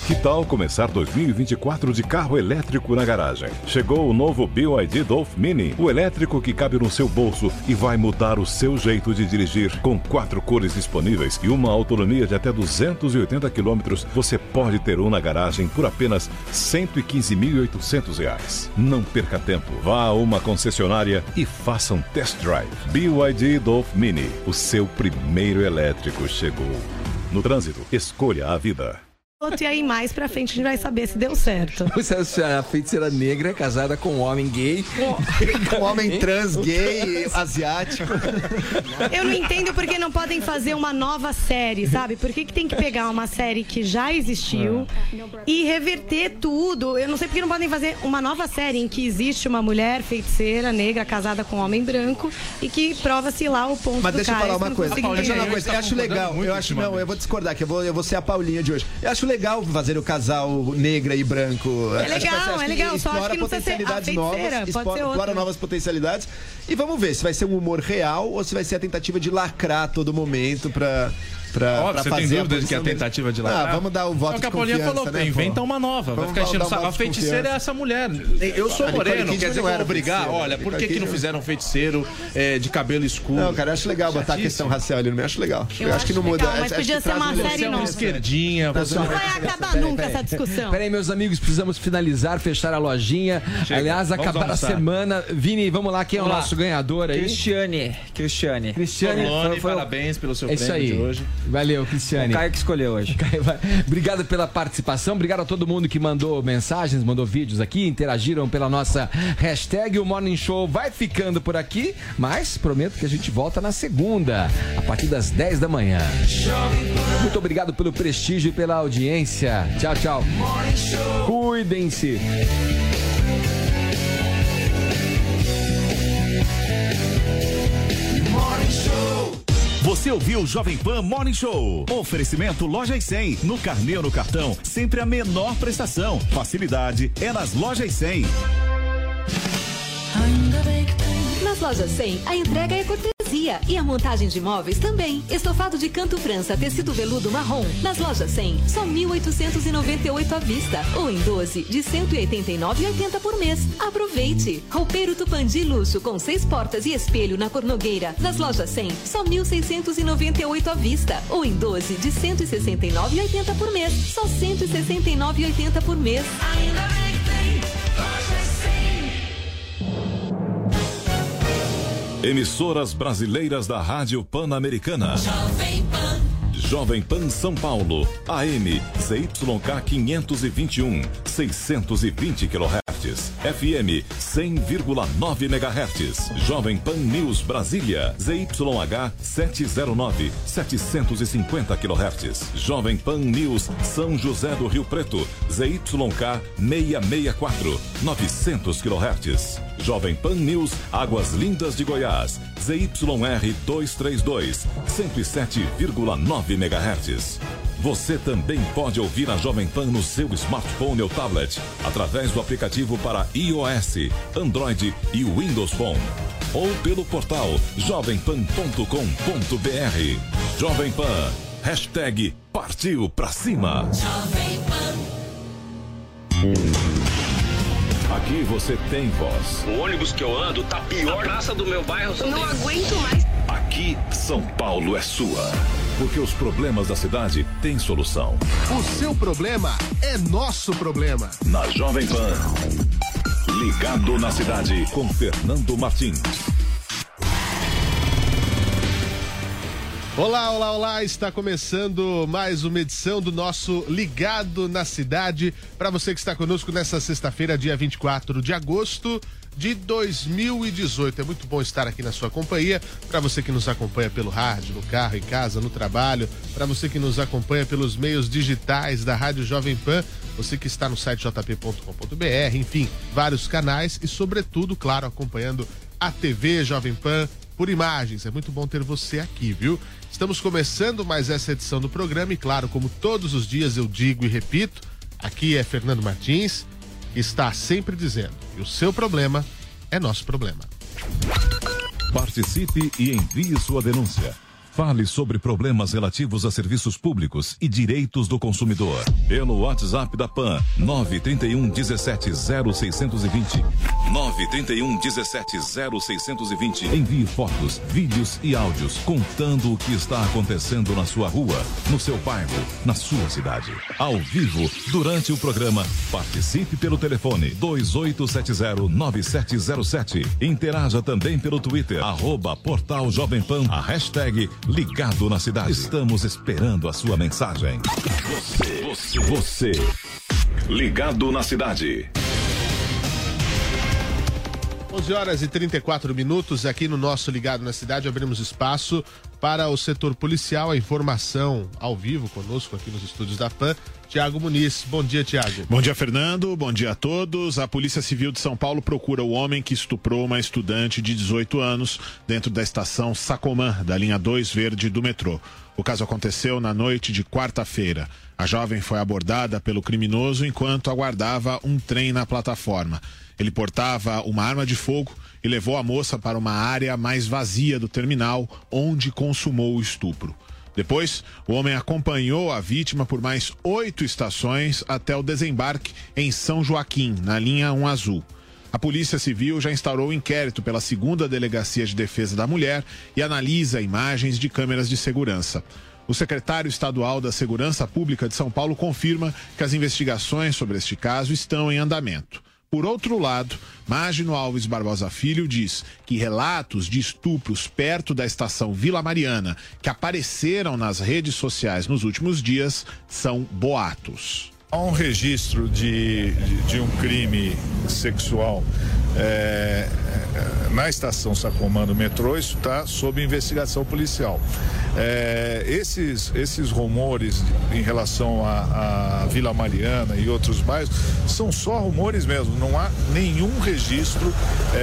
Que tal começar 2024 de carro elétrico na garagem? Chegou o novo BYD Dolph Mini, o elétrico que cabe no seu bolso e vai mudar o seu jeito de dirigir. Com 4 cores disponíveis e uma autonomia de até 280 km, você pode ter um na garagem por apenas R$ 115.800. Não perca tempo. Vá a uma concessionária e faça um test drive. BYD Dolph Mini, o seu primeiro elétrico chegou. No trânsito, escolha a vida. E aí mais pra frente a gente vai saber se deu certo. A feiticeira negra é casada com um homem gay. Com um homem trans, gay, asiático. Eu não entendo porque não podem fazer uma nova série, sabe? Por que tem que pegar uma série que já existiu e reverter tudo? Eu não sei porque não podem fazer uma nova série em que existe uma mulher feiticeira negra casada com um homem branco e que prova-se lá o ponto. Mas do deixa eu cara. falar uma coisa. Eu acho legal. Eu vou discordar, que eu vou ser a Paulinha de hoje. Eu acho legal fazer o casal negra e branco. É legal, só acho que não precisa ser a feiticeira, explora novas potencialidades. E vamos ver se vai ser um humor real ou se vai ser a tentativa de lacrar a todo momento pra você fazer tem dúvida de que é a tentativa de lacrar? Vamos dar o voto de confiança. É o que a Paulinha falou, né, inventa uma nova. Vai ficar enchendo o saco. A feiticeira é essa mulher. Eu sou moreno, quer dizer que eu vou brigar? Olha, por que não fizeram um feiticeiro de cabelo escuro? Não, cara, eu acho legal botar a questão racial ali no meio, acho legal. Eu acho que não muda. Mas podia ser uma série nova. Esquerdinha. Não vai acabar nunca essa discussão. Peraí, meus amigos, precisamos finalizar, fechar a lojinha. Aliás, acabar a semana. Vini, vamos lá, quem é o nosso ganhador aí? Cristiane. Parabéns pelo seu prêmio de hoje. Valeu, Cristiane. O Caio que escolheu hoje. Obrigado pela participação, obrigado a todo mundo que mandou mensagens, mandou vídeos aqui, interagiram pela nossa hashtag. O Morning Show vai ficando por aqui, mas prometo que a gente volta na segunda, a partir das 10 da manhã. Muito obrigado pelo prestígio e pela audiência. Tchau, tchau. Cuidem-se. Você ouviu o Jovem Pan Morning Show. Oferecimento Lojas 100. No carnê ou no cartão, sempre a menor prestação. Facilidade é nas Lojas 100. Nas Lojas 100, a entrega é cortesia e a montagem de móveis também. Estofado de Canto França, tecido veludo marrom. Nas Lojas 100, só 1.898 à vista. Ou em 12, de 189,80 por mês. Aproveite! Roupeiro Tupandi Luxo, com 6 portas e espelho na Cornogueira. Nas Lojas 100, só 1.698 à vista. Ou em 12, de 169,80 por mês. Só 169,80 por mês. Ainda bem que tem Lojas 100. Emissoras brasileiras da Rádio Pan-Americana. Jovem Pan São Paulo, AM, ZYK 521, 620 kHz, FM 100,9 MHz, Jovem Pan News Brasília, ZYH 709, 750 kHz, Jovem Pan News São José do Rio Preto, ZYK 664, 900 kHz, Jovem Pan News Águas Lindas de Goiás, ZYR 232, 107,9 MHz. Você também pode ouvir a Jovem Pan no seu smartphone ou tablet, através do aplicativo para iOS, Android e Windows Phone. Ou pelo portal jovempan.com.br. Jovem Pan, hashtag partiu pra cima. Jovem Pan. Aqui você tem voz. O ônibus que eu ando tá pior. A praça do meu bairro. Eu não aguento mais. Aqui, São Paulo é sua. Porque os problemas da cidade têm solução. O seu problema é nosso problema. Na Jovem Pan. Ligado na cidade com Fernando Martins. Olá, está começando mais uma edição do nosso Ligado na Cidade. Para você que está conosco nessa sexta-feira, dia 24 de agosto de 2018. É muito bom estar aqui na sua companhia. Para você que nos acompanha pelo rádio, no carro, em casa, no trabalho. Para você que nos acompanha pelos meios digitais da Rádio Jovem Pan. Você que está no site jp.com.br. Enfim, vários canais e, sobretudo, claro, acompanhando a TV Jovem Pan por imagens. É muito bom ter você aqui, viu? Estamos começando mais essa edição do programa e, claro, como todos os dias eu digo e repito, aqui é Fernando Martins, que está sempre dizendo que o seu problema é nosso problema. Participe e envie sua denúncia. Fale sobre problemas relativos a serviços públicos e direitos do consumidor. Pelo WhatsApp da PAN, 931 17 0620. 931 17 0620. Envie fotos, vídeos e áudios contando o que está acontecendo na sua rua, no seu bairro, na sua cidade. Ao vivo, durante o programa, participe pelo telefone 2870-9707. Interaja também pelo Twitter, @Portal Jovem Pan, a hashtag Ligado na Cidade. Estamos esperando a sua mensagem. Você, ligado na cidade. 11h34 aqui no nosso Ligado na Cidade. Abrimos espaço para o setor policial, a informação ao vivo conosco aqui nos estúdios da PAN. Tiago Muniz. Bom dia, Tiago. Bom dia, Fernando. Bom dia a todos. A Polícia Civil de São Paulo procura o homem que estuprou uma estudante de 18 anos dentro da estação Sacomã, da linha 2 verde do metrô. O caso aconteceu na noite de quarta-feira. A jovem foi abordada pelo criminoso enquanto aguardava um trem na plataforma. Ele portava uma arma de fogo e levou a moça para uma área mais vazia do terminal, onde consumou o estupro. Depois, o homem acompanhou a vítima por mais 8 estações até o desembarque em São Joaquim, na linha 1 azul. A Polícia Civil já instaurou o inquérito pela 2ª Delegacia de Defesa da Mulher e analisa imagens de câmeras de segurança. O secretário estadual da Segurança Pública de São Paulo confirma que as investigações sobre este caso estão em andamento. Por outro lado, Mágino Alves Barbosa Filho diz que relatos de estupros perto da estação Vila Mariana, que apareceram nas redes sociais nos últimos dias, são boatos. Há um registro de um crime sexual na estação Sacomã do metrô. Isso está sob investigação policial. Esses rumores em relação à Vila Mariana e outros bairros são só rumores mesmo. Não há nenhum registro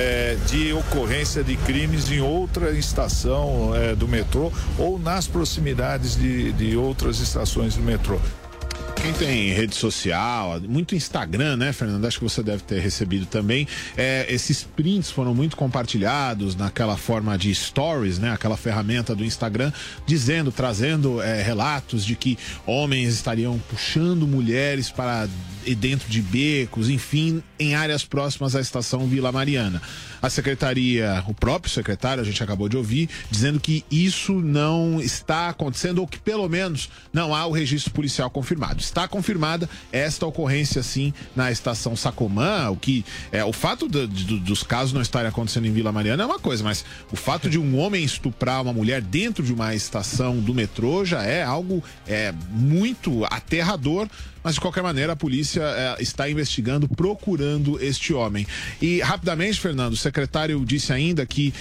de ocorrência de crimes em outra estação do metrô ou nas proximidades de outras estações do metrô. Quem tem rede social, muito Instagram, né, Fernando? Acho que você deve ter recebido também. Esses prints foram muito compartilhados naquela forma de stories, né? Aquela ferramenta do Instagram, trazendo relatos de que homens estariam puxando mulheres para dentro de becos, enfim, em áreas próximas à estação Vila Mariana. A secretaria, o próprio secretário, a gente acabou de ouvir, dizendo que isso não está acontecendo, ou que pelo menos não há o registro policial confirmado. Está confirmada esta ocorrência, sim, na estação Sacomã. O fato dos casos não estarem acontecendo em Vila Mariana é uma coisa, mas o fato de um homem estuprar uma mulher dentro de uma estação do metrô já é algo muito aterrador. Mas, de qualquer maneira, a polícia está investigando, procurando este homem. E, rapidamente, Fernando, o secretário disse ainda que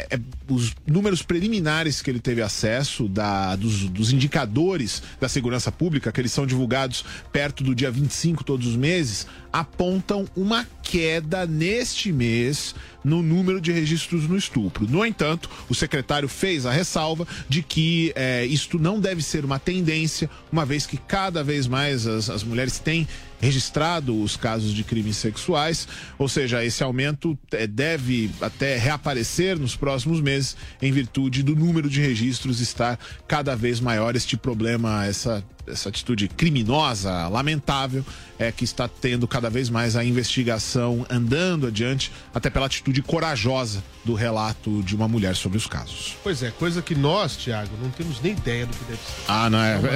os números preliminares que ele teve acesso dos indicadores da segurança pública, que eles são divulgados perto do dia 25 todos os meses, apontam uma queda neste mês no número de registros no estupro. No entanto, o secretário fez a ressalva de que isto não deve ser uma tendência, uma vez que cada vez mais as mulheres têm registrado os casos de crimes sexuais, ou seja, esse aumento deve até reaparecer nos próximos meses em virtude do número de registros estar cada vez maior. Este problema, essa atitude criminosa, lamentável, que está tendo cada vez mais a investigação andando adiante, até pela atitude corajosa do relato de uma mulher sobre os casos. Pois é, coisa que nós, Tiago, não temos nem ideia do que deve ser. Ah, não é?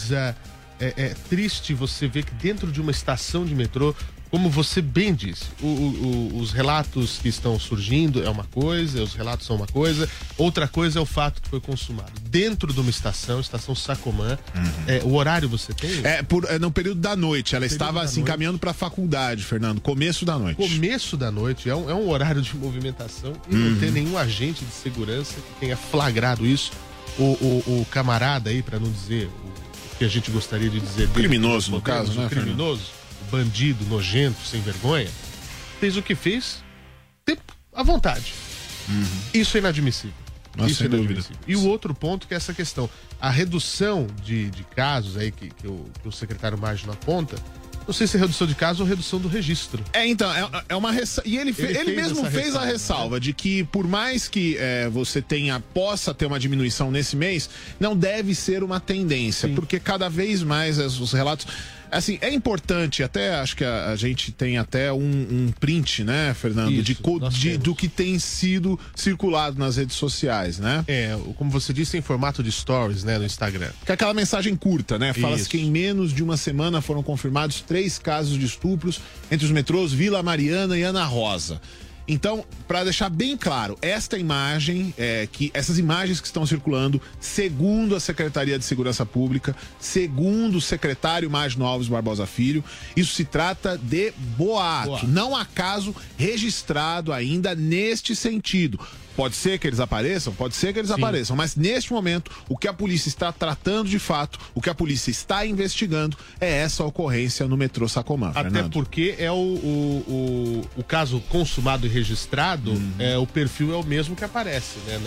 É triste você ver que dentro de uma estação de metrô, como você bem disse, os relatos que estão surgindo é uma coisa, os relatos são uma coisa, outra coisa é o fato que foi consumado dentro de uma estação Sacomã. O horário você tem? No período da noite. Ela estava assim caminhando para a faculdade, Fernando, começo da noite. Começo da noite, é um horário de movimentação e não tem nenhum agente de segurança que tenha flagrado isso. O camarada aí, para não dizer o que a gente gostaria de dizer dele, criminoso no caso, né? Criminoso, o bandido, nojento, sem vergonha, fez o que fez à vontade. Isso é inadmissível. Isso é inadmissível. E o outro ponto que é essa questão, a redução de casos aí que o secretário Mágino aponta, Não sei se é redução de caso ou redução do registro. Então, é uma e ele mesmo fez a ressalva de que por mais que você possa ter uma diminuição nesse mês, não deve ser uma tendência, porque cada vez mais os relatos... Assim, é importante, até acho que a gente tem até um print, né, Fernando, do que tem sido circulado nas redes sociais, né? Como você disse, em formato de stories, né, no Instagram. Que é aquela mensagem curta, né? Fala-se que em menos de uma semana foram confirmados 3 casos de estupros entre os metrôs Vila Mariana e Ana Rosa. Então, para deixar bem claro, esta imagem, essas imagens que estão circulando, segundo a Secretaria de Segurança Pública, segundo o secretário Magno Alves Barbosa Filho, isso se trata de boato. Não há caso registrado ainda neste sentido. Pode ser que eles apareçam? Pode ser que eles apareçam, mas neste momento, o que a polícia está tratando de fato, o que a polícia está investigando é essa ocorrência no metrô Sacomã, Até Fernando. porque é o caso consumado e registrado, o perfil é o mesmo que aparece, né?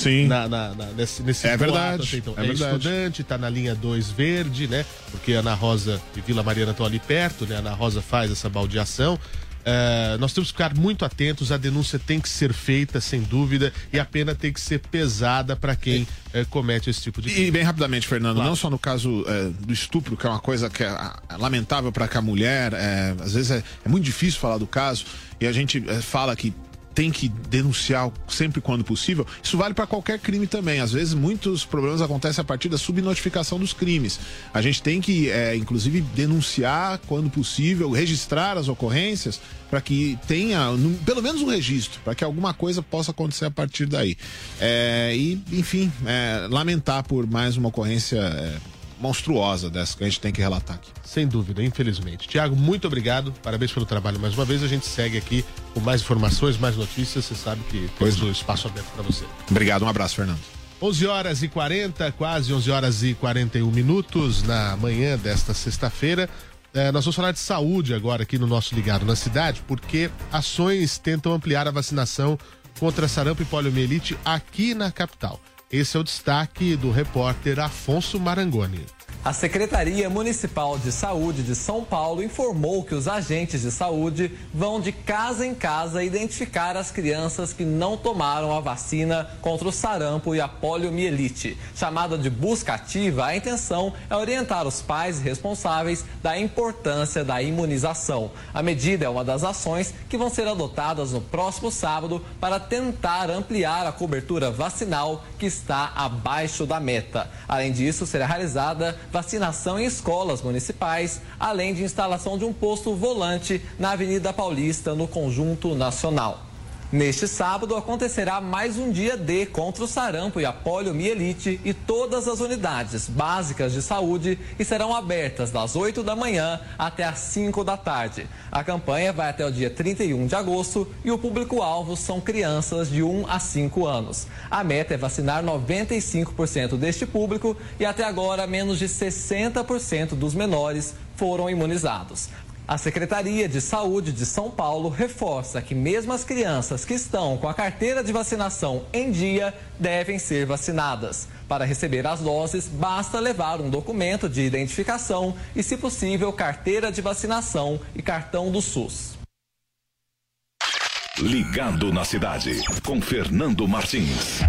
Nesse é boato, verdade. Assim, então, é verdade. Estudante, tá na linha 2 verde, né? Porque Ana Rosa e Vila Mariana estão ali perto, né? Ana Rosa faz essa baldeação. Nós temos que ficar muito atentos, a denúncia tem que ser feita, sem dúvida, e a pena tem que ser pesada para quem comete esse tipo de crime. E bem rapidamente, Fernando, não só no caso do estupro, que é uma coisa que é lamentável para a mulher, às vezes é muito difícil falar do caso, e a gente fala que tem que denunciar sempre quando possível. Isso vale para qualquer crime também. Às vezes muitos problemas acontecem a partir da subnotificação dos crimes. A gente tem que, inclusive, denunciar quando possível, registrar as ocorrências para que tenha pelo menos um registro, para que alguma coisa possa acontecer a partir daí. Enfim, lamentar por mais uma ocorrência monstruosa dessa que a gente tem que relatar aqui. Sem dúvida, infelizmente. Tiago, muito obrigado, parabéns pelo trabalho mais uma vez. A gente segue aqui com mais informações, mais notícias. Você sabe que temos o espaço aberto para você. Obrigado, um abraço, Fernando. 11h40, quase 11h41 na manhã desta sexta-feira. Nós vamos falar de saúde agora aqui no nosso Ligado na Cidade, porque ações tentam ampliar a vacinação contra sarampo e poliomielite aqui na capital. Esse é o destaque do repórter Afonso Marangoni. A Secretaria Municipal de Saúde de São Paulo informou que os agentes de saúde vão de casa em casa identificar as crianças que não tomaram a vacina contra o sarampo e a poliomielite. Chamada de busca ativa, a intenção é orientar os pais responsáveis da importância da imunização. A medida é uma das ações que vão ser adotadas no próximo sábado para tentar ampliar a cobertura vacinal que está abaixo da meta. Além disso, será realizada vacinação em escolas municipais, além de instalação de um posto volante na Avenida Paulista, no Conjunto Nacional. Neste sábado acontecerá mais um dia D contra o sarampo e a poliomielite e todas as unidades básicas de saúde serão abertas das 8 da manhã até as 5 da tarde. A campanha vai até o dia 31 de agosto e o público-alvo são crianças de 1 a 5 anos. A meta é vacinar 95% deste público e até agora menos de 60% dos menores foram imunizados. A Secretaria de Saúde de São Paulo reforça que mesmo as crianças que estão com a carteira de vacinação em dia devem ser vacinadas. Para receber as doses, basta levar um documento de identificação e, se possível, carteira de vacinação e cartão do SUS. Ligado na Cidade, com Fernando Martins.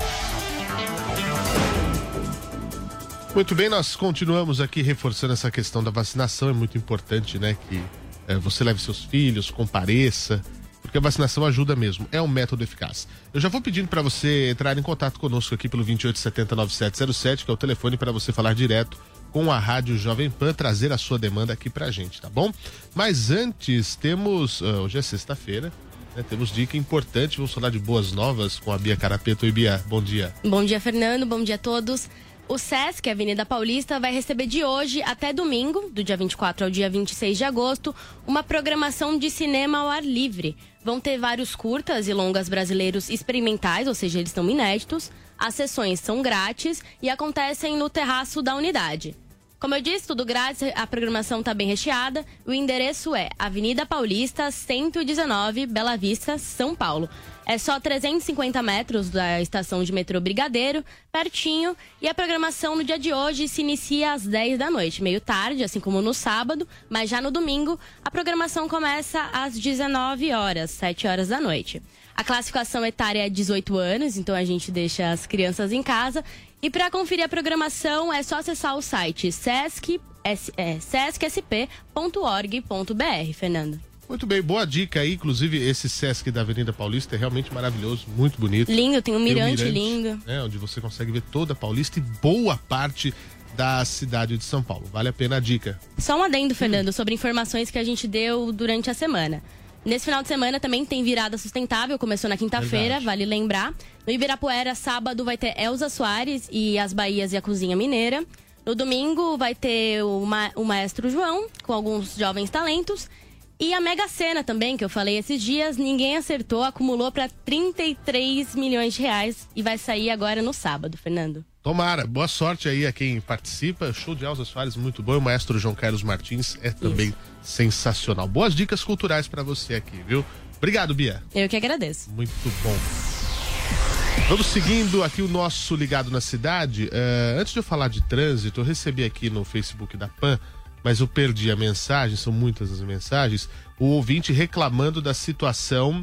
Muito bem, nós continuamos aqui reforçando essa questão da vacinação. É muito importante, né, que você leve seus filhos, compareça, porque a vacinação ajuda mesmo, é um método eficaz. Eu já vou pedindo para você entrar em contato conosco aqui pelo 2870-9707, que é o telefone para você falar direto com a Rádio Jovem Pan, trazer a sua demanda aqui pra gente, tá bom? Mas antes, temos, hoje é sexta-feira, né, temos dica importante, vamos falar de boas novas com a Bia Carapeto. Oi, Bia, bom dia. Bom dia, Fernando, bom dia a todos. O Sesc, Avenida Paulista, vai receber de hoje até domingo, do dia 24 ao dia 26 de agosto, uma programação de cinema ao ar livre. Vão ter vários curtas e longas brasileiros experimentais, ou seja, eles estão inéditos. As sessões são grátis e acontecem no terraço da unidade. Como eu disse, tudo grátis, a programação tá bem recheada. O endereço é Avenida Paulista, 119, Bela Vista, São Paulo. É só 350 metros da estação de metrô Brigadeiro, pertinho. E a programação no dia de hoje se inicia às 10 da noite, meio tarde, assim como no sábado. Mas já no domingo, a programação começa às 19 horas, 7 horas da noite. A classificação etária é 18 anos, então a gente deixa as crianças em casa. E para conferir a programação é só acessar o site sescsp.org.br, Fernando. Muito bem, boa dica aí. Inclusive, esse Sesc da Avenida Paulista é realmente maravilhoso, muito bonito. Lindo, tem um mirante lindo. Onde você consegue ver toda a Paulista e boa parte da cidade de São Paulo. Vale a pena a dica. Só um adendo, Fernando, sobre informações que a gente deu durante a semana. Nesse final de semana também tem virada sustentável, começou na quinta-feira, vale lembrar. No Ibirapuera, sábado, vai ter Elza Soares e as Bahias e a Cozinha Mineira. No domingo vai ter o Maestro João, com alguns jovens talentos. E a Mega Sena também, que eu falei esses dias, ninguém acertou, acumulou para 33 milhões de reais e vai sair agora no sábado, Fernando. Tomara, boa sorte aí a quem participa. Show de Elza Soares, muito bom. E o maestro João Carlos Martins é também sensacional. Boas dicas culturais para você aqui, viu? Obrigado, Bia. Eu que agradeço. Muito bom. Vamos seguindo aqui o nosso Ligado na Cidade. Antes de eu falar de trânsito, eu recebi aqui no Facebook da PAN, mas eu perdi a mensagem, são muitas as mensagens, o ouvinte reclamando da situação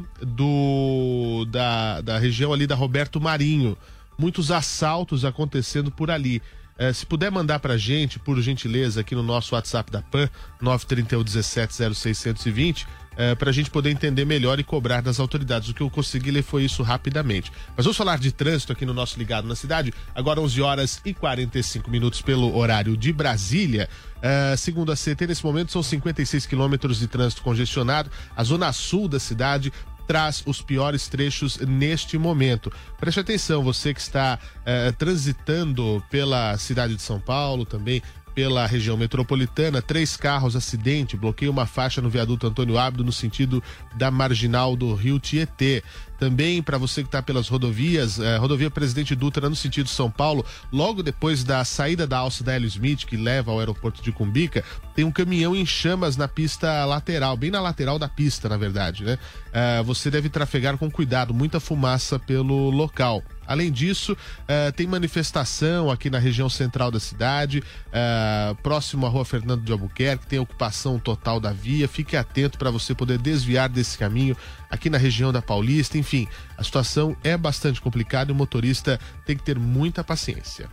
da região ali da Roberto Marinho. Muitos assaltos acontecendo por ali. Se puder mandar pra gente, por gentileza, aqui no nosso WhatsApp da PAN, 931 17 0620, pra gente poder entender melhor e cobrar das autoridades. O que eu consegui ler foi isso rapidamente. Mas vamos falar de trânsito aqui no nosso Ligado na Cidade. Agora 11 horas e 45 minutos pelo horário de Brasília. Segundo a CT, nesse momento são 56 quilômetros de trânsito congestionado. A zona sul da cidade traz os piores trechos neste momento. Preste atenção, você que está transitando pela cidade de São Paulo, também pela região metropolitana, 3 carros, acidente, bloqueia uma faixa no viaduto Antônio Ábido no sentido da marginal do Rio Tietê. Também para você que está pelas rodovias, rodovia Presidente Dutra no sentido São Paulo, logo depois da saída da alça da Hélio Smith, que leva ao aeroporto de Cumbica, tem um caminhão em chamas na pista lateral, bem na lateral da pista, na verdade, né? Você deve trafegar com cuidado, muita fumaça pelo local. Além disso, tem manifestação aqui na região central da cidade, próximo à rua Fernando de Albuquerque, tem ocupação total da via. Fique atento para você poder desviar desse caminho aqui na região da Paulista. Enfim, a situação é bastante complicada e o motorista tem que ter muita paciência.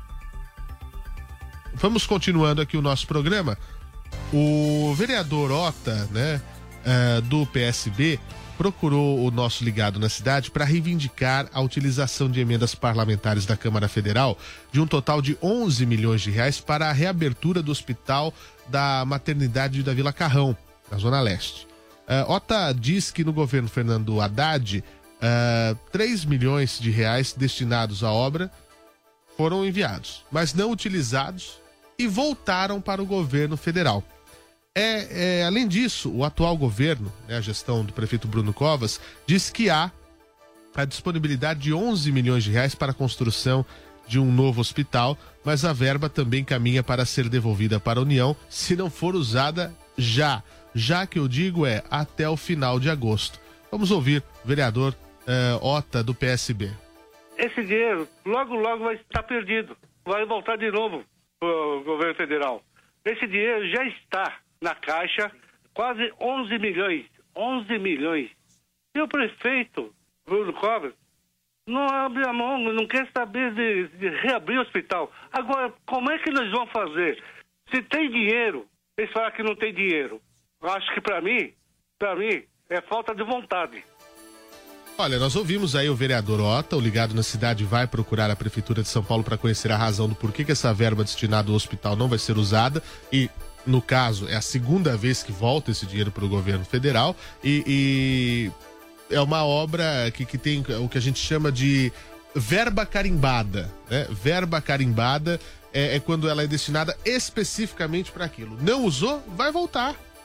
Vamos continuando aqui o nosso programa. O vereador Ota, né, do PSB, procurou o nosso Ligado na Cidade para reivindicar a utilização de emendas parlamentares da Câmara Federal de um total de 11 milhões de reais para a reabertura do hospital da maternidade da Vila Carrão, na Zona Leste. Ota diz que no governo Fernando Haddad, 3 milhões de reais destinados à obra foram enviados, mas não utilizados e voltaram para o governo federal. Além disso, o atual governo, né, a gestão do prefeito Bruno Covas, diz que há a disponibilidade de 11 milhões de reais para a construção de um novo hospital, mas a verba também caminha para ser devolvida para a União, se não for usada já que eu digo até o final de agosto. Vamos ouvir o vereador Ota, do PSB. Esse dinheiro logo vai estar perdido, vai voltar de novo para o governo federal. Esse dinheiro já está na Caixa, quase 11 milhões. 11 milhões. E o prefeito, Bruno Covas, não abre a mão, não quer saber de reabrir o hospital. Agora, como é que nós vamos fazer? Se tem dinheiro, eles falam que não tem dinheiro. Eu acho que para mim, é falta de vontade. Olha, nós ouvimos aí o vereador Ota, o Ligado na Cidade vai procurar a Prefeitura de São Paulo para conhecer a razão do porquê que essa verba destinada ao hospital não vai ser usada e... No caso, é a segunda vez que volta esse dinheiro para o governo federal e é uma obra que tem o que a gente chama de verba carimbada, né? Verba carimbada é quando ela é destinada especificamente para aquilo. Não usou, vai voltar.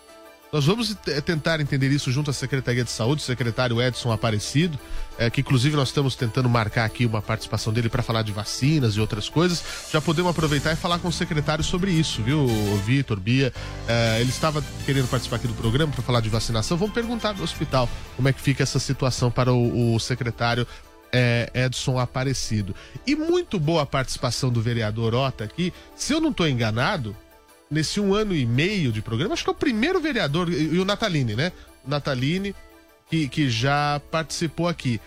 Nós vamos tentar entender isso junto à Secretaria de Saúde, o secretário Edson Aparecido, que inclusive nós estamos tentando marcar aqui uma participação dele para falar de vacinas e outras coisas. Já podemos aproveitar e falar com o secretário sobre isso, viu, Vitor, Bia? Ele estava querendo participar aqui do programa para falar de vacinação. Vamos perguntar no hospital como é que fica essa situação para o secretário Edson Aparecido. E muito boa a participação do vereador Ota aqui. Se eu não estou enganado, nesse 1 ano e meio de programa, acho que é o primeiro vereador, e o Natalini, né? O Natalini, que já participou aqui.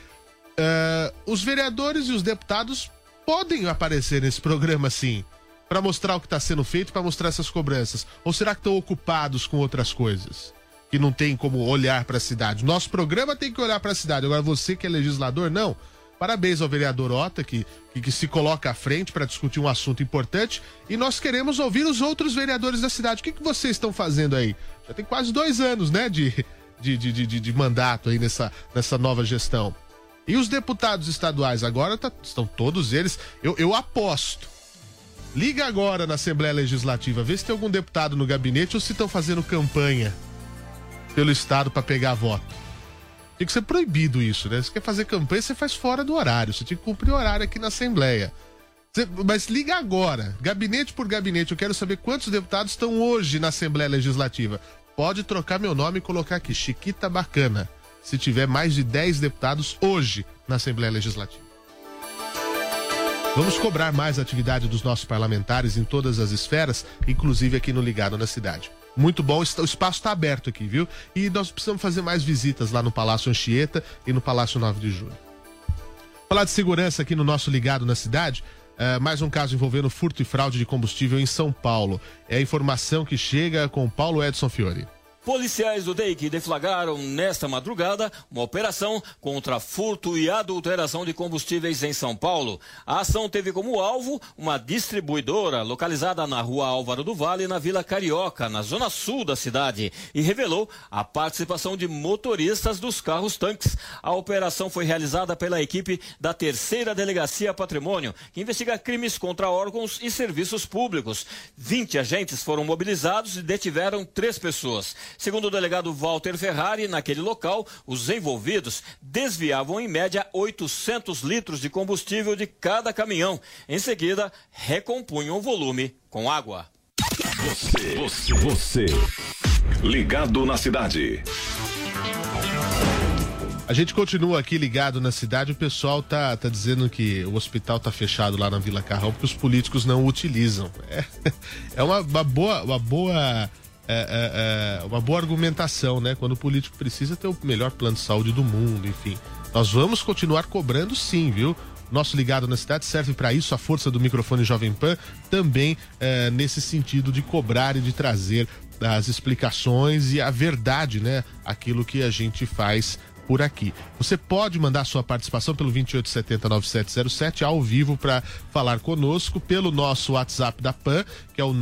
Os vereadores e os deputados podem aparecer nesse programa, sim, para mostrar o que está sendo feito, para mostrar essas cobranças. Ou será que estão ocupados com outras coisas? Que não tem como olhar para a cidade. Nosso programa tem que olhar para a cidade. Agora, você que é legislador, não. Parabéns ao vereador Ota, que se coloca à frente para discutir um assunto importante. E nós queremos ouvir os outros vereadores da cidade. O que vocês estão fazendo aí? Já tem quase 2 anos, né, de mandato aí nessa nova gestão. E os deputados estaduais agora estão todos eles. Eu aposto. Liga agora na Assembleia Legislativa, vê se tem algum deputado no gabinete ou se estão fazendo campanha pelo Estado para pegar voto. Tem que ser proibido isso, né? Se quer fazer campanha, você faz fora do horário. Você tinha que cumprir o horário aqui na Assembleia. Mas liga agora, gabinete por gabinete. Eu quero saber quantos deputados estão hoje na Assembleia Legislativa. Pode trocar meu nome e colocar aqui, Chiquita Bacana, se tiver mais de 10 deputados hoje na Assembleia Legislativa. Vamos cobrar mais a atividade dos nossos parlamentares em todas as esferas, inclusive aqui no Ligado na Cidade. Muito bom, o espaço está aberto aqui, viu? E nós precisamos fazer mais visitas lá no Palácio Anchieta e no Palácio 9 de Julho. Falar de segurança aqui no nosso Ligado na Cidade, mais um caso envolvendo furto e fraude de combustível em São Paulo. É a informação que chega com Paulo Edson Fiore. Policiais do DEIC deflagraram nesta madrugada uma operação contra furto e adulteração de combustíveis em São Paulo. A ação teve como alvo uma distribuidora localizada na Rua Álvaro do Vale, na Vila Carioca, na zona sul da cidade, e revelou a participação de motoristas dos carros-tanques. A operação foi realizada pela equipe da 3ª Delegacia Patrimônio, que investiga crimes contra órgãos e serviços públicos. 20 agentes foram mobilizados e detiveram 3 pessoas. Segundo o delegado Walter Ferrari, naquele local, os envolvidos desviavam em média 800 litros de combustível de cada caminhão. Em seguida, recompunham o volume com água. Você. Ligado na cidade. A gente continua aqui ligado na cidade. O pessoal tá dizendo que o hospital tá fechado lá na Vila Carrão porque os políticos não o utilizam. É uma boa argumentação, né? Quando o político precisa ter o melhor plano de saúde do mundo, enfim. Nós vamos continuar cobrando, sim, viu? Nosso Ligado na Cidade serve para isso, a força do microfone Jovem Pan também nesse sentido de cobrar e de trazer as explicações e a verdade, né? Aquilo que a gente faz por aqui. Você pode mandar sua participação pelo 2870-9707 ao vivo para falar conosco pelo nosso WhatsApp da PAN, que é o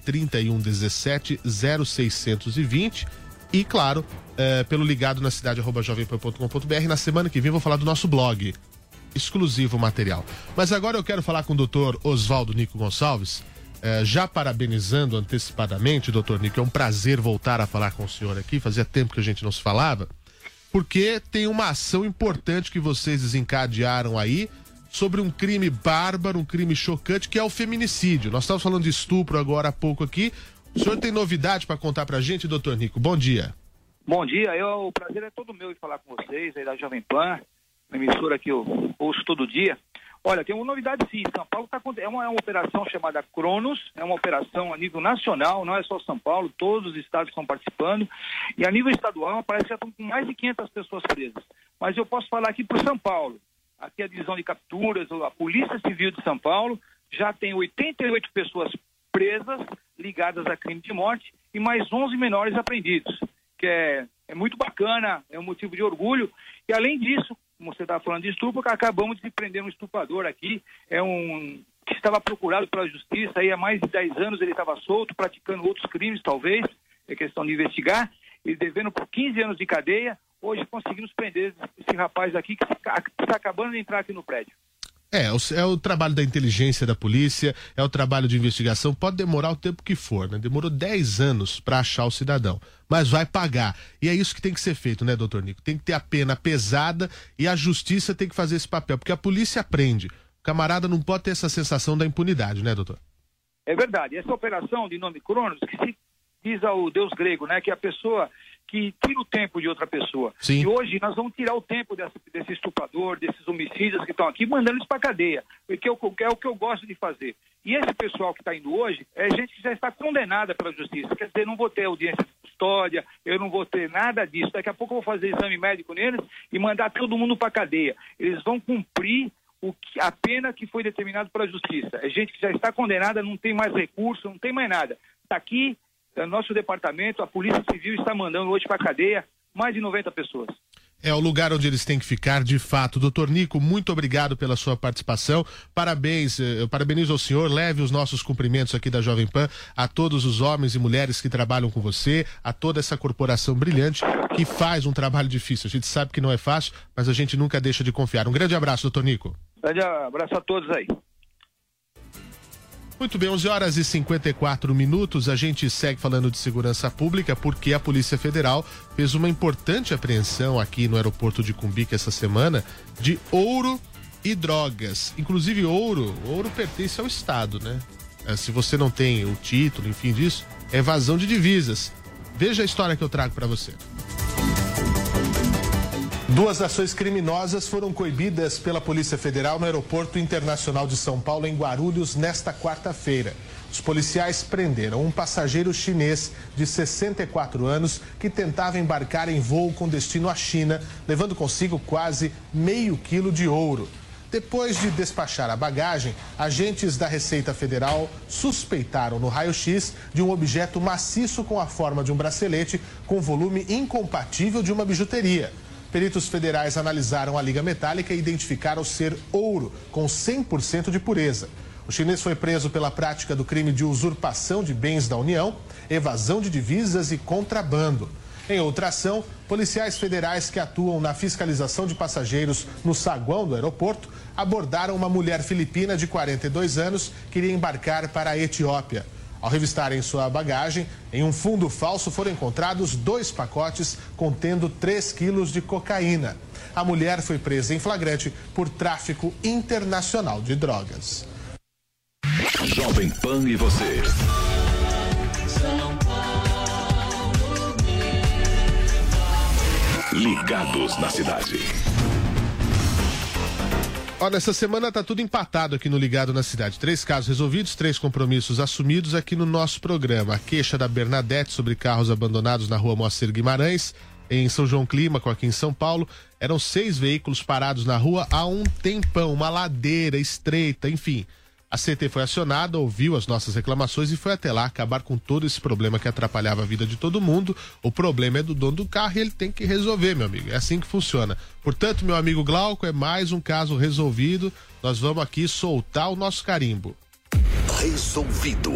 931170620, e claro, pelo ligado na cidade @jovempan.com.br. Na semana que vem vou falar do nosso blog, exclusivo material. Mas agora eu quero falar com o doutor Oswaldo Nico Gonçalves, já parabenizando antecipadamente, doutor Nico, é um prazer voltar a falar com o senhor aqui, fazia tempo que a gente não se falava, porque tem uma ação importante que vocês desencadearam aí sobre um crime bárbaro, um crime chocante, que é o feminicídio. Nós estamos falando de estupro agora há pouco aqui. O senhor tem novidade para contar pra gente, doutor Nico? Bom dia. Bom dia, o prazer é todo meu de falar com vocês aí da Jovem Pan, uma emissora que eu ouço todo dia. Olha, tem uma novidade sim, São Paulo é uma operação chamada Cronos, é uma operação a nível nacional, não é só São Paulo, todos os estados estão participando, e a nível estadual parece que já estão com mais de 500 pessoas presas. Mas eu posso falar aqui por São Paulo, aqui a divisão de capturas, a Polícia Civil de São Paulo já tem 88 pessoas presas, ligadas a crime de morte, e mais 11 menores apreendidos, que é muito bacana, é um motivo de orgulho, e além disso, como você está falando de estupro, acabamos de prender um estuprador aqui, que estava procurado pela justiça, aí há mais de 10 anos ele estava solto, praticando outros crimes, talvez, é questão de investigar, e devendo por 15 anos de cadeia, hoje conseguimos prender esse rapaz aqui que está acabando de entrar aqui no prédio. É o trabalho da inteligência da polícia, é o trabalho de investigação, pode demorar o tempo que for, né? Demorou 10 anos para achar o cidadão, mas vai pagar. E é isso que tem que ser feito, né, doutor Nico? Tem que ter a pena pesada e a justiça tem que fazer esse papel, porque a polícia prende. O camarada não pode ter essa sensação da impunidade, né, doutor? É verdade. Essa operação de nome Cronos, que se diz ao deus grego, né, que é a pessoa que tira o tempo de outra pessoa. Sim. E hoje nós vamos tirar o tempo desse estuprador, desses homicidas que estão aqui, mandando eles para cadeia, porque é o que eu gosto de fazer. E esse pessoal que está indo hoje é gente que já está condenada pela justiça. Quer dizer, não vou ter audiência de custódia, eu não vou ter nada disso. Daqui a pouco eu vou fazer exame médico neles e mandar todo mundo para cadeia. Eles vão cumprir a pena que foi determinada pela justiça. É gente que já está condenada, não tem mais recurso, não tem mais nada. Está aqui, nosso departamento, a Polícia Civil está mandando hoje para a cadeia mais de 90 pessoas. É o lugar onde eles têm que ficar, de fato. Doutor Nico, muito obrigado pela sua participação. Parabéns, eu parabenizo ao senhor, leve os nossos cumprimentos aqui da Jovem Pan a todos os homens e mulheres que trabalham com você, a toda essa corporação brilhante que faz um trabalho difícil. A gente sabe que não é fácil, mas a gente nunca deixa de confiar. Um grande abraço, doutor Nico. Grande abraço a todos aí. Muito bem, 11h54, a gente segue falando de segurança pública porque a Polícia Federal fez uma importante apreensão aqui no aeroporto de Cumbica essa semana de ouro e drogas. Inclusive ouro pertence ao Estado, né? Se você não tem o título, enfim disso, é evasão de divisas. Veja a história que eu trago para você. 2 ações criminosas foram coibidas pela Polícia Federal no Aeroporto Internacional de São Paulo, em Guarulhos, nesta quarta-feira. Os policiais prenderam um passageiro chinês de 64 anos que tentava embarcar em voo com destino à China, levando consigo quase meio quilo de ouro. Depois de despachar a bagagem, agentes da Receita Federal suspeitaram no raio-x de um objeto maciço com a forma de um bracelete com volume incompatível de uma bijuteria. Peritos federais analisaram a liga metálica e identificaram ser ouro, com 100% de pureza. O chinês foi preso pela prática do crime de usurpação de bens da União, evasão de divisas e contrabando. Em outra ação, policiais federais que atuam na fiscalização de passageiros no saguão do aeroporto abordaram uma mulher filipina de 42 anos que iria embarcar para a Etiópia. Ao revistarem sua bagagem, em um fundo falso foram encontrados 2 pacotes contendo 3 quilos de cocaína. A mulher foi presa em flagrante por tráfico internacional de drogas. Jovem Pan e você. Ligados na cidade. Olha, essa semana tá tudo empatado aqui no Ligado na Cidade. 3 casos resolvidos, 3 compromissos assumidos aqui no nosso programa. A queixa da Bernadette sobre carros abandonados na rua Moacir Guimarães, em São João Clímaco, aqui em São Paulo. Eram 6 veículos parados na rua há um tempão, uma ladeira estreita, enfim. A CT foi acionada, ouviu as nossas reclamações e foi até lá acabar com todo esse problema que atrapalhava a vida de todo mundo. O problema é do dono do carro e ele tem que resolver, meu amigo. É assim que funciona. Portanto, meu amigo Glauco, é mais um caso resolvido. Nós vamos aqui soltar o nosso carimbo. Resolvido.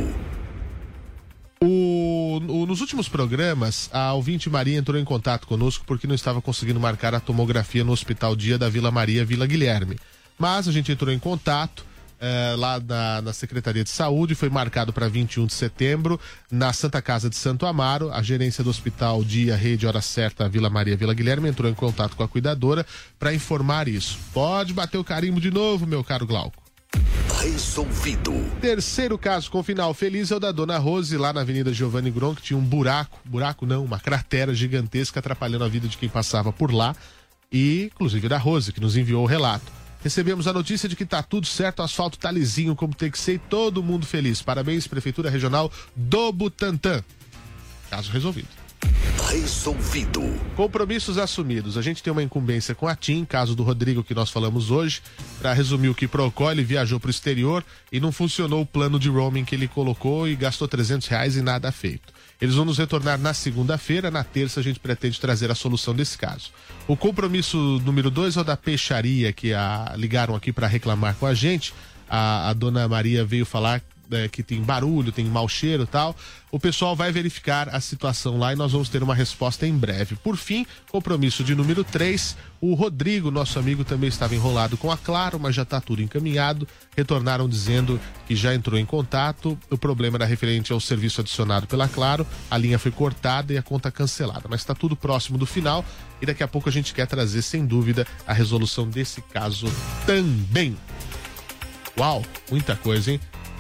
Nos últimos programas, a ouvinte Maria entrou em contato conosco porque não estava conseguindo marcar a tomografia no Hospital Dia da Vila Maria, Vila Guilherme. Mas a gente entrou em contato lá na Secretaria de Saúde, foi marcado para 21 de setembro, na Santa Casa de Santo Amaro. A gerência do Hospital Dia, Rede Hora Certa, Vila Maria, Vila Guilherme, entrou em contato com a cuidadora para informar isso. Pode bater o carimbo de novo, meu caro Glauco. Resolvido. Terceiro caso com final feliz é o da Dona Rose, lá na Avenida Giovanni Gron, que tinha um buraco não, uma cratera gigantesca atrapalhando a vida de quem passava por lá, e inclusive da Rose, que nos enviou o relato. Recebemos a notícia de que tá tudo certo, o asfalto tá lisinho como tem que ser e todo mundo feliz. Parabéns, Prefeitura Regional do Butantã. Caso resolvido. Resolvido. Compromissos assumidos. A gente tem uma incumbência com a TIM, caso do Rodrigo que nós falamos hoje. Para resumir o que Procó, ele viajou para o exterior e não funcionou o plano de roaming que ele colocou e gastou R$300 e nada feito. Eles vão nos retornar na segunda-feira, na terça a gente pretende trazer a solução desse caso. O compromisso número 2 é o da peixaria, que ligaram aqui para reclamar com a gente. A dona Maria veio falar que tem barulho, tem mau cheiro e tal, o pessoal vai verificar a situação lá e nós vamos ter uma resposta em breve. Por fim, compromisso de número 3, o Rodrigo, nosso amigo, também estava enrolado com a Claro, mas já está tudo encaminhado. Retornaram dizendo que já entrou em contato, o problema era referente ao serviço adicionado pela Claro, a linha foi cortada e a conta cancelada, mas está tudo próximo do final e daqui a pouco a gente quer trazer, sem dúvida, a resolução desse caso também. Uau, muita coisa, hein?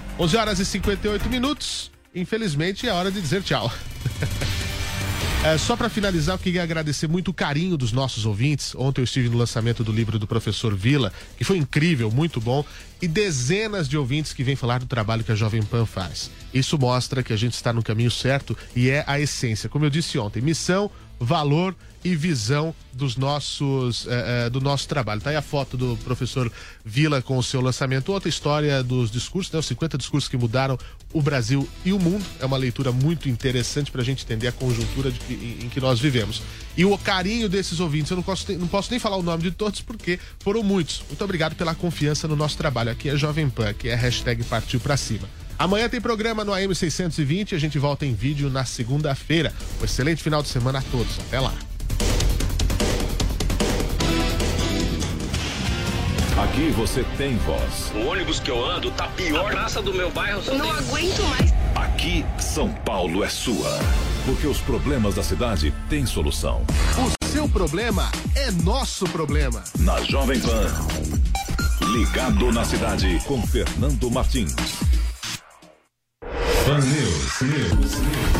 11h58, infelizmente é hora de dizer tchau. Só para finalizar, eu queria agradecer muito o carinho dos nossos ouvintes. Ontem eu estive no lançamento do livro do professor Vila, que foi incrível, muito bom, e dezenas de ouvintes que vêm falar do trabalho que a Jovem Pan faz. Isso mostra que a gente está no caminho certo e é a essência. Como eu disse ontem, missão, valor e visão dos nossos, do nosso trabalho. Tá aí a foto do professor Vila com o seu lançamento. Outra história dos discursos, né? Os 50 discursos que mudaram o Brasil e o mundo. É uma leitura muito interessante para a gente entender a conjuntura em que nós vivemos. E o carinho desses ouvintes, eu não posso nem falar o nome de todos porque foram muitos. Muito obrigado pela confiança no nosso trabalho. Aqui é Jovem Pan, aqui é hashtag Partiu Pra Cima. Amanhã tem programa no AM620 e a gente volta em vídeo na segunda-feira. Um excelente final de semana a todos. Até lá. Aqui você tem voz. O ônibus que eu ando tá pior. A praça do meu bairro. Eu não aguento mais. Aqui, São Paulo é sua. Porque os problemas da cidade têm solução. O seu problema é nosso problema. Na Jovem Pan. Ligado na cidade com Fernando Martins. Pan News.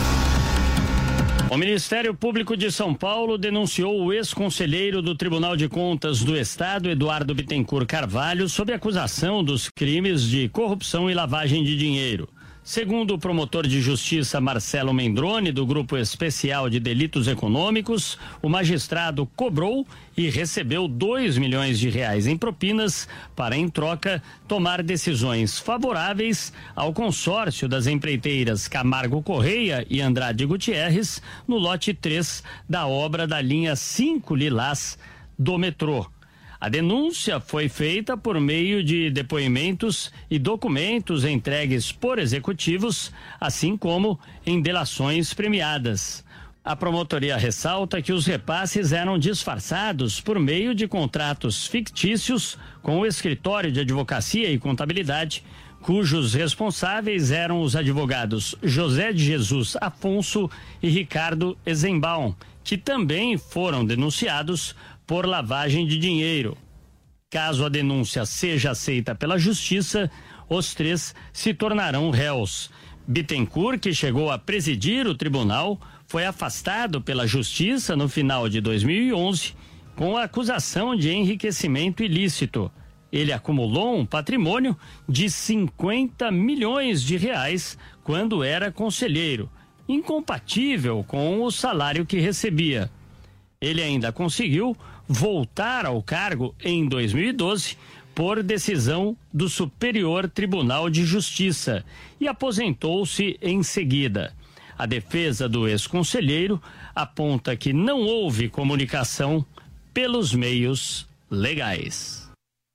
O Ministério Público de São Paulo denunciou o ex-conselheiro do Tribunal de Contas do Estado, Eduardo Bittencourt Carvalho, sob acusação dos crimes de corrupção e lavagem de dinheiro. Segundo o promotor de justiça Marcelo Mendrone, do Grupo Especial de Delitos Econômicos, o magistrado cobrou e recebeu R$2 milhões em propinas para, em troca, tomar decisões favoráveis ao consórcio das empreiteiras Camargo Correia e Andrade Gutierrez no lote 3 da obra da linha 5 Lilás do metrô. A denúncia foi feita por meio de depoimentos e documentos entregues por executivos, assim como em delações premiadas. A promotoria ressalta que os repasses eram disfarçados por meio de contratos fictícios com o escritório de advocacia e contabilidade, cujos responsáveis eram os advogados José de Jesus Afonso e Ricardo Eisenbaum, que também foram denunciados por lavagem de dinheiro. Caso a denúncia seja aceita pela Justiça, os três se tornarão réus. Bittencourt, que chegou a presidir o tribunal, foi afastado pela Justiça no final de 2011 com a acusação de enriquecimento ilícito. Ele acumulou um patrimônio de R$50 milhões quando era conselheiro, incompatível com o salário que recebia. Ele ainda conseguiu voltar ao cargo em 2012 por decisão do Superior Tribunal de Justiça e aposentou-se em seguida. A defesa do ex-conselheiro aponta que não houve comunicação pelos meios legais.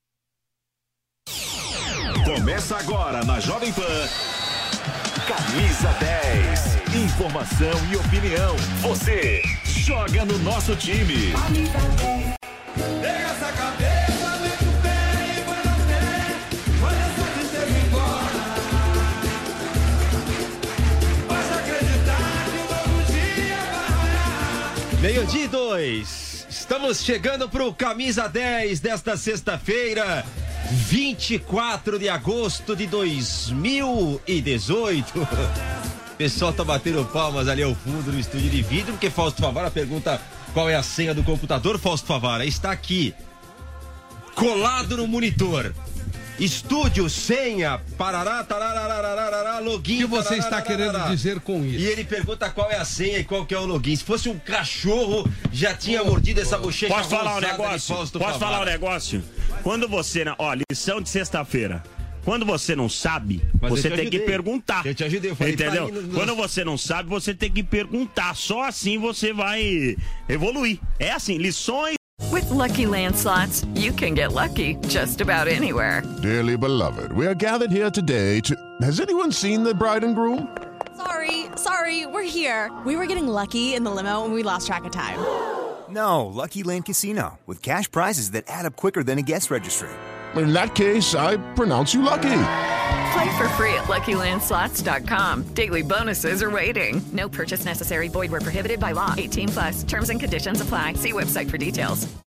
Começa agora na Jovem Pan. Camisa 10. Informação e opinião. Você joga no nosso time. Pega essa cabeça, vem pro pé e vai na fé. Olha só quem teve embora. Basta acreditar que um novo dia vai raiar. 12:02. Estamos chegando pro Camisa 10 desta sexta-feira, 24 de agosto de 2018. O pessoal tá batendo palmas ali ao fundo do estúdio de vídeo, porque Fausto Favara pergunta qual é a senha do computador. Fausto Favara, está aqui, colado no monitor. Estúdio, senha, parará, tarará, login. O que você está querendo dizer com isso? E ele pergunta qual é a senha e qual que é o login. Se fosse um cachorro, já tinha mordido essa bochecha. Posso falar um negócio? Posso falar um negócio? Quando você, ó, lição de sexta-feira. Quando você não sabe, você tem que perguntar. Eu te ajudei, eu falei, entendeu? Quando você não sabe, você tem que perguntar. Só assim você vai evoluir. É assim, lições. With Lucky Land Slots, you can get lucky just about anywhere. Dearly beloved, we are gathered here today to... Has anyone seen the bride and groom? Sorry, we're here. We were getting lucky in the limo and we lost track of time. No, Lucky Land Casino, with cash prizes that add up quicker than a guest registry. In that case, I pronounce you lucky. Play for free at LuckyLandSlots.com. Daily bonuses are waiting. No purchase necessary. Void where prohibited by law. 18+. Terms and conditions apply. See website for details.